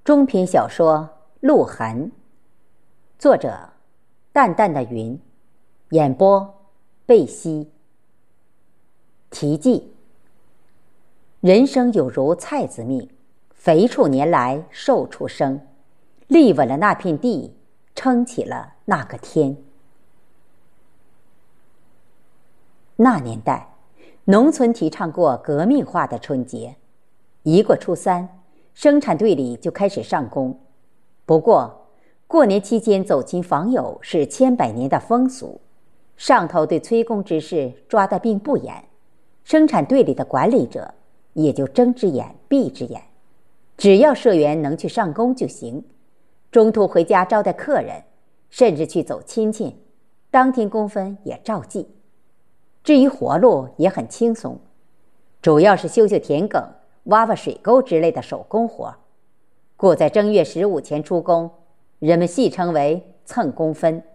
中篇小说《鹿痕》，作者淡淡的云，演播贝西。题记：人生有如菜籽命，肥处年来瘦处生，立稳了那片地，撑起了那个天。那年代，农村提倡过革命化的春节，一过初三，生产队里就开始上工。不过，过年期间走亲访友是千百年的风俗，上头对催工之事抓得并不严，生产队里的管理者也就睁只眼闭只眼，只要社员能去上工就行，中途回家招待客人，甚至去走亲戚，当天工分也照计。至于活路也很轻松，主要是修修田埂、挖挖水沟之类的手工活，故在正月15前出工，人们戏称为蹭工分。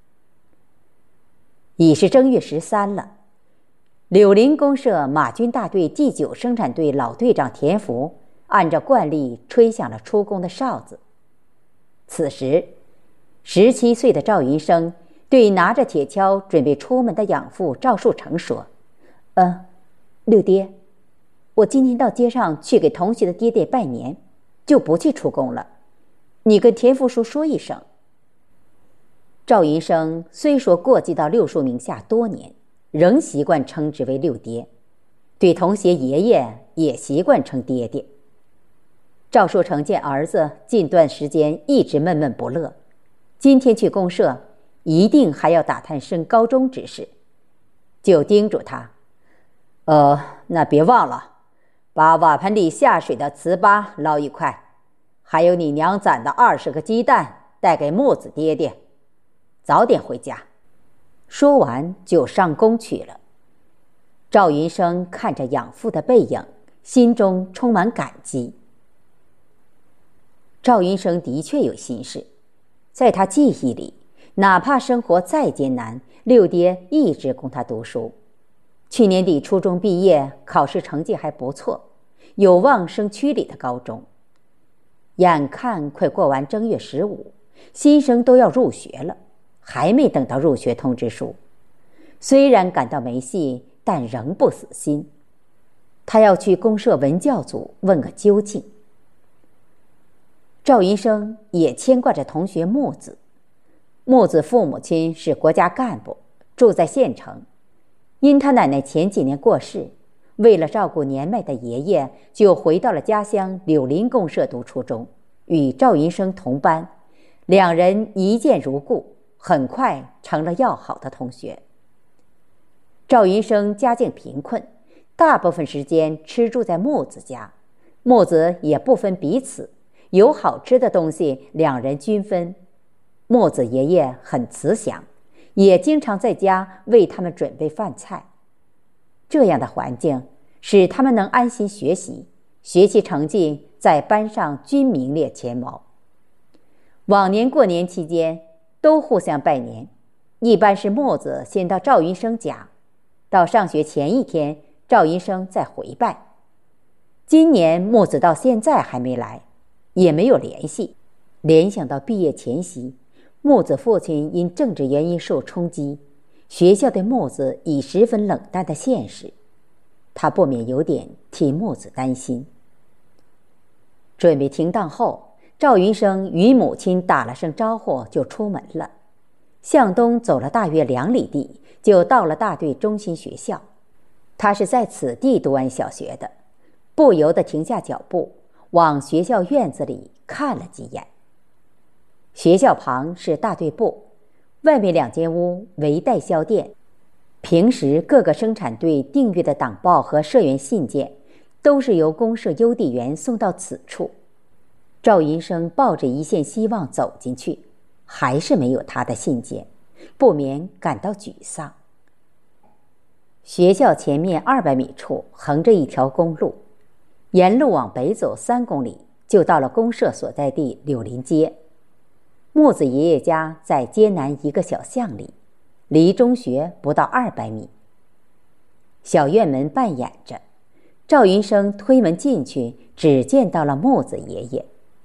已是正月13了，柳林公社马军大队第9生产队老队长田福按照惯例吹响了出工的哨子。此时17岁的赵云生对拿着铁锹准备出门的养父赵树成说：六爹，我今天到街上去给同学的爹爹拜年，就不去出工了，你跟田福叔说一声。赵云生虽说过继到六叔名下多年，仍习惯称之为六爹，对同学爷爷也习惯称爹爹。赵树成见儿子近段时间一直闷闷不乐，今天去公社一定还要打探升高中之事，就叮嘱他：那别忘了把瓦盆里下水的糍粑捞一块，还有你娘攒的20个鸡蛋带给木子爹爹，早点回家。说完就上工去了。赵云生看着养父的背影，心中充满感激。赵云生的确有心事，在他记忆里，哪怕生活再艰难，六爹一直供他读书。去年底初中毕业，考试成绩还不错，有望升区里的高中。眼看快过完正月15，新生都要入学了，还没等到入学通知书。虽然感到没戏，但仍不死心。他要去公社文教组问个究竟。赵云生也牵挂着同学木子。木子父母亲是国家干部，住在县城。因他奶奶前几年过世，为了照顾年迈的爷爷，就回到了家乡柳林公社读初中，与赵云生同班，两人一见如故，很快成了要好的同学。赵云生家境贫困，大部分时间吃住在木子家，木子也不分彼此，有好吃的东西两人均分。木子爷爷很慈祥，也经常在家为他们准备饭菜。这样的环境使他们能安心学习，学习成绩在班上均名列前茅。往年过年期间都互相拜年，一般是木子先到赵云生家，到上学前一天赵云生再回拜。今年木子到现在还没来，也没有联系。联想到毕业前夕，木子父亲因政治原因受冲击，学校对木子已十分冷淡的现实，他不免有点替木子担心。准备停当后，赵云生与母亲打了声招呼就出门了。向东走了大约2里地，就到了大队中心学校。他是在此地读完小学的，不由得停下脚步，往学校院子里看了几眼。学校旁是大队部，外面2间屋为代销店，平时各个生产队订阅的党报和社员信件都是由公社邮递员送到此处。赵云生抱着一线希望走进去，还是没有他的信件，不免感到沮丧。学校前面200米处横着一条公路，沿路往北走3公里，就到了公社所在地柳林街。木子爷爷家在街南一个小巷里，离中学不到200米。小院门半掩着，赵云生推门进去，只见到了木子爷爷。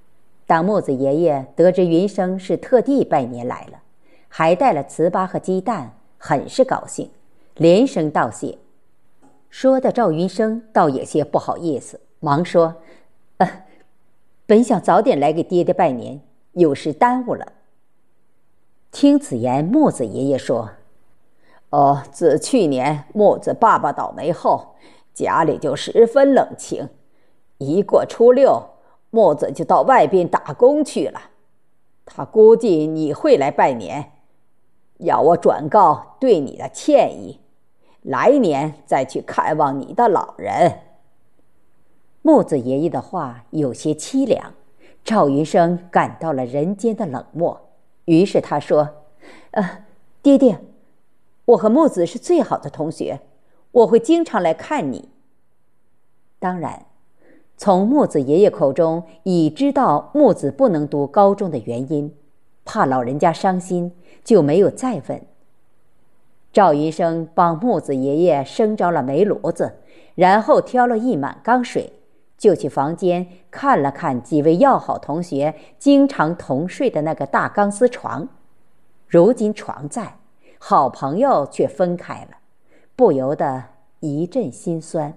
当木子爷爷得知云生是特地拜年来了，还带了糍粑和鸡蛋，很是高兴，连声道谢。说的赵云生倒有些不好意思，忙说：“本想早点来给爹爹拜年，有事耽误了。”听此言，木子爷爷说：“自去年木子爸爸倒霉后，家里就十分冷清。一过初六，木子就到外边打工去了。他估计你会来拜年，要我转告对你的歉意，来年再去看望你的老人。”木子爷爷的话有些凄凉，赵云生感到了人间的冷漠，于是他说：“爹爹，我和木子是最好的同学，我会经常来看你。”当然，从木子爷爷口中已知道木子不能读高中的原因，怕老人家伤心，就没有再问。赵云生帮木子爷爷生着了煤炉子，然后挑了一满缸水，就去房间看了看几位要好同学经常同睡的那个大钢丝床。如今床在，好朋友却分开了，不由得一阵心酸。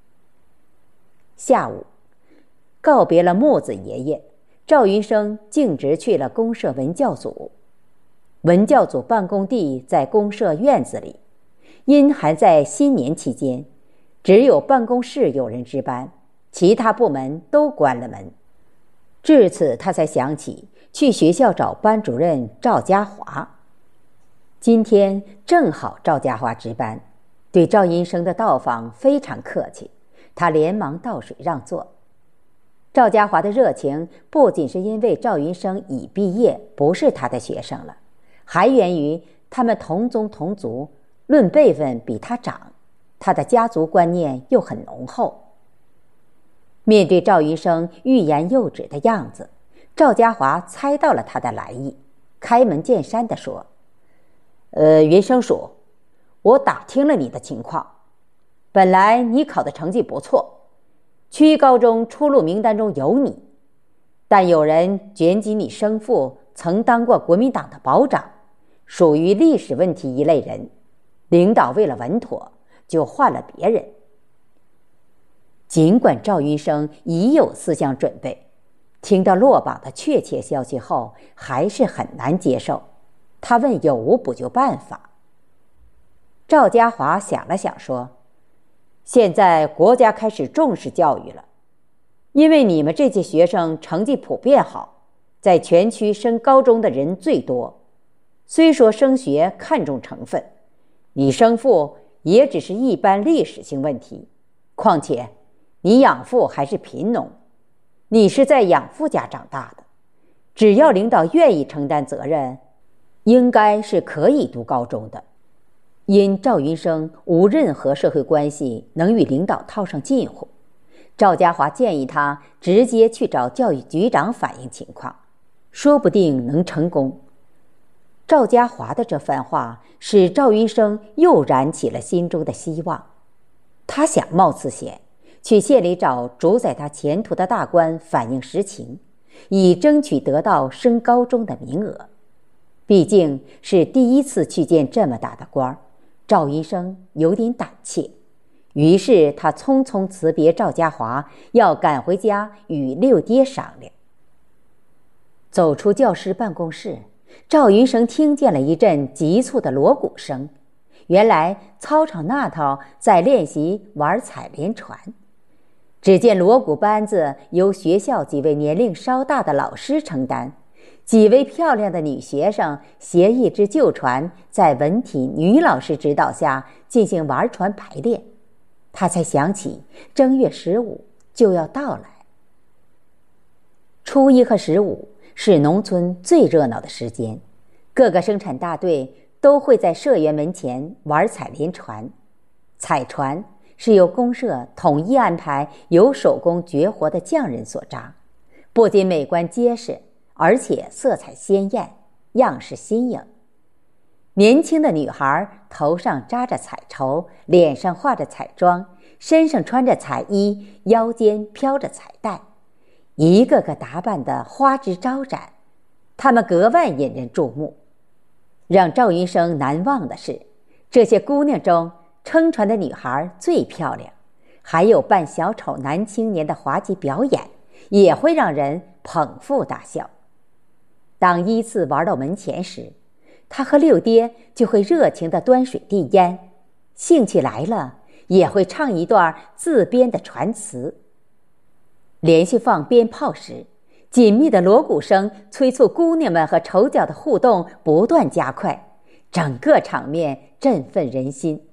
下午告别了木子爷爷，赵云生径直去了公社文教组。文教组办公地在公社院子里，因还在新年期间，只有办公室有人值班，其他部门都关了门。至此他才想起去学校找班主任赵家华。今天正好赵家华值班，对赵云生的到访非常客气，他连忙倒水让座。赵家华的热情不仅是因为赵云生已毕业，不是他的学生了，还源于他们同宗同族，论辈分比他长，他的家族观念又很浓厚。面对赵云生欲言又止的样子，赵家华猜到了他的来意，开门见山地说：“云生叔，我打听了你的情况，本来你考的成绩不错，区高中出路名单中有你，但有人卷起你生父曾当过国民党的保长，属于历史问题一类人，领导为了稳妥，就换了别人。”尽管赵云生已有思想准备，听到落榜的确切消息后，还是很难接受。他问有无补救办法。赵家华想了想说：“现在国家开始重视教育了，因为你们这届学生成绩普遍好，在全区升高中的人最多。虽说升学看重成分，你生父也只是一般历史性问题，况且你养父还是贫农，你是在养父家长大的，只要领导愿意承担责任，应该是可以读高中的。”因赵云生无任何社会关系能与领导套上近乎，赵家华建议他直接去找教育局长反映情况，说不定能成功。赵家华的这番话使赵云生又燃起了心中的希望。他想冒此险，去县里找主宰他前途的大官反映实情，以争取得到升高中的名额。毕竟是第一次去见这么大的官儿，赵云生有点胆怯，于是他匆匆辞别赵家华，要赶回家与六爹商量。走出教师办公室，赵云生听见了一阵急促的锣鼓声，原来操场那头在练习玩采莲船。只见锣鼓班子由学校几位年龄稍大的老师承担，几位漂亮的女学生携一只旧船，在文体女老师指导下进行玩船排练。他才想起正月15就要到来。初一和15是农村最热闹的时间，各个生产大队都会在社员门前玩采莲船。采船是由公社统一安排有手工绝活的匠人所扎，不仅美观结实，而且色彩鲜艳，样式新颖。年轻的女孩头上扎着彩绸，脸上画着彩妆，身上穿着彩衣，腰间飘着彩带， 一个个打扮得花枝招展，她们格外引人注目。让赵云生难忘的是，这些姑娘中撑船的女孩最漂亮，还有扮小丑男青年的滑稽表演，也会让人捧腹大笑。当依次玩到门前时，他和六爹就会热情地端水递烟，兴趣来了也会唱一段自编的传词。连续放鞭炮时，紧密的锣鼓声催促姑娘们和丑角的互动不断加快，整个场面振奋人心。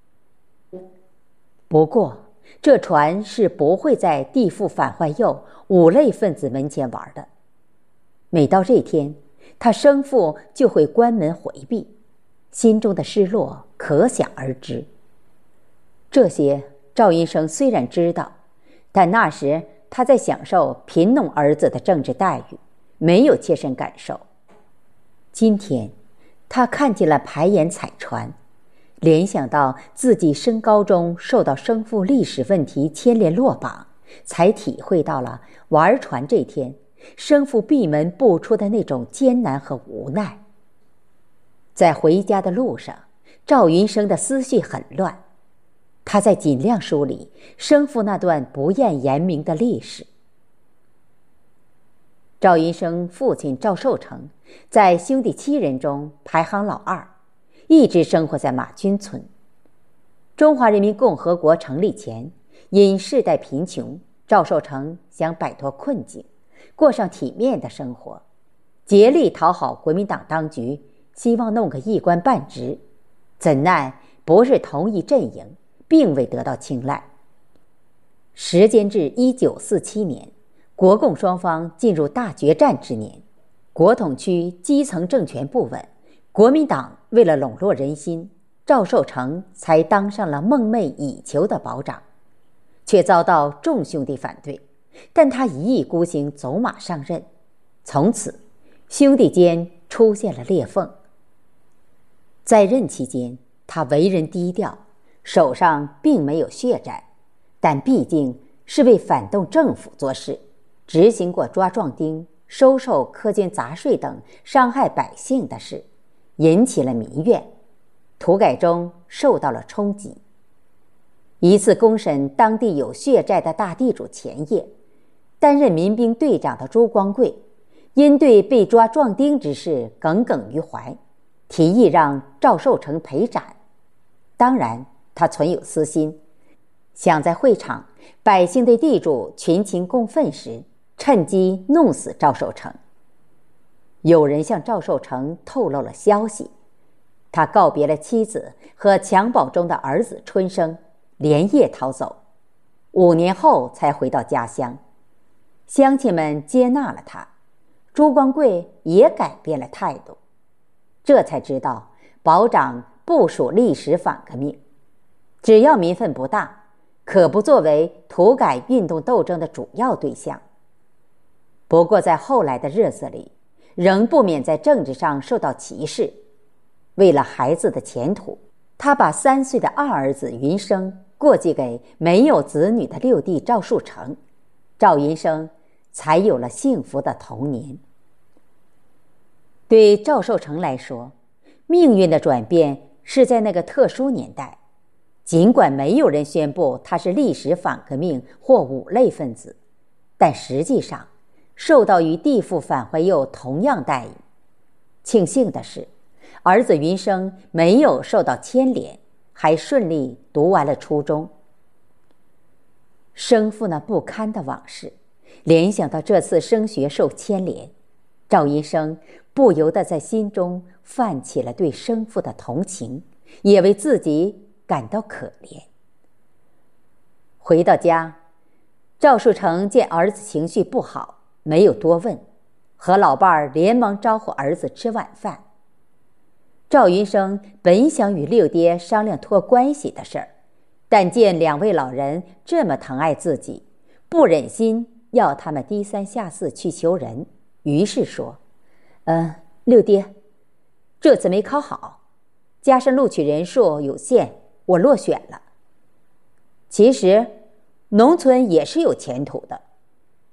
不过，这船是不会在地富反坏右五类分子门前玩的。每到这天，他生父就会关门回避，心中的失落可想而知。这些赵云生虽然知道，但那时他在享受贫农儿子的政治待遇，没有切身感受。今天他看见了排演彩船，联想到自己升高中受到生父历史问题牵连落榜，才体会到了玩船这天生父闭门不出的那种艰难和无奈。在回家的路上，赵云生的思绪很乱，他在尽量梳理生父那段不厌言明的历史。赵云生父亲赵寿成在兄弟7人中排行老2，一直生活在马军村。中华人民共和国成立前，因世代贫穷，赵寿成想摆脱困境，过上体面的生活，竭力讨好国民党当局，希望弄个一官半职，怎奈不是同一阵营，并未得到青睐。时间至1947年，国共双方进入大决战之年，国统区基层政权不稳，国民党为了笼络人心，赵寿成才当上了梦寐以求的保长，却遭到众兄弟反对，但他一意孤行走马上任，从此兄弟间出现了裂缝。在任期间，他为人低调，手上并没有血债，但毕竟是为反动政府做事，执行过抓壮丁、收受苛捐杂税等伤害百姓的事，引起了民怨，土改中受到了冲击。一次公审当地有血债的大地主前夜，担任民兵队长的朱光贵因对被抓壮丁之事耿耿于怀，提议让赵寿成赔斩。当然他存有私心，想在会场百姓对地主群情共愤时，趁机弄死赵寿成。有人向赵寿成透露了消息，他告别了妻子和襁褓中的儿子春生，连夜逃走，5年后才回到家乡。乡亲们接纳了他，朱光贵也改变了态度，这才知道保长不属历史反革命，只要民愤不大，可不作为土改运动斗争的主要对象。不过在后来的日子里，仍不免在政治上受到歧视。为了孩子的前途，他把3岁的二儿子云生过继给没有子女的六弟赵树成，赵云生才有了幸福的童年。对赵寿成来说，命运的转变是在那个特殊年代，尽管没有人宣布他是历史反革命或5类分子，但实际上受到与地富反坏右同样待遇。庆幸的是，儿子云生没有受到牵连，还顺利读完了初中。生父那不堪的往事，联想到这次升学受牵连，赵云生不由得在心中泛起了对生父的同情，也为自己感到可怜。回到家，赵树成见儿子情绪不好，没有多问，和老伴儿连忙招呼儿子吃晚饭。赵云生本想与六爹商量托关系的事儿，但见2位老人这么疼爱自己，不忍心要他们低三下四去求人，于是说：六爹，这次没考好，加上录取人数有限，我落选了。其实农村也是有前途的，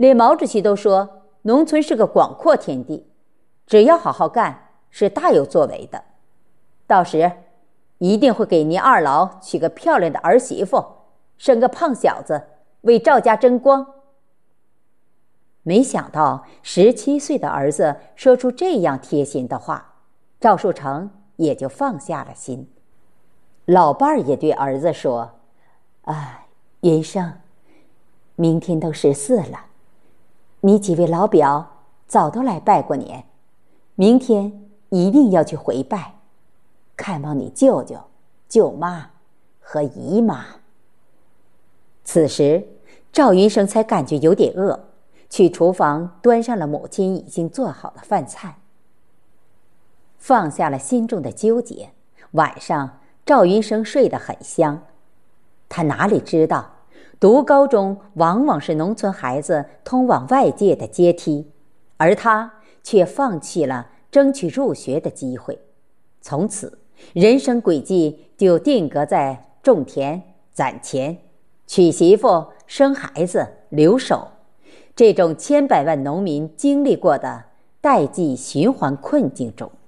连毛主席都说，农村是个广阔天地，只要好好干，是大有作为的。到时一定会给您二老娶个漂亮的儿媳妇，生个胖小子，为赵家争光。没想到17岁的儿子说出这样贴心的话，赵树成也就放下了心。老伴儿也对儿子说：“云生，明天都14了，你几位老表早都来拜过年，明天一定要去回拜，看望你舅舅、舅妈和姨妈。”此时赵云生才感觉有点饿，去厨房端上了母亲已经做好的饭菜。放下了心中的纠结，晚上赵云生睡得很香。他哪里知道，读高中往往是农村孩子通往外界的阶梯，而他却放弃了争取入学的机会。从此人生轨迹就定格在种田、攒钱、娶媳妇、生孩子、留守这种千百万农民经历过的代际循环困境中。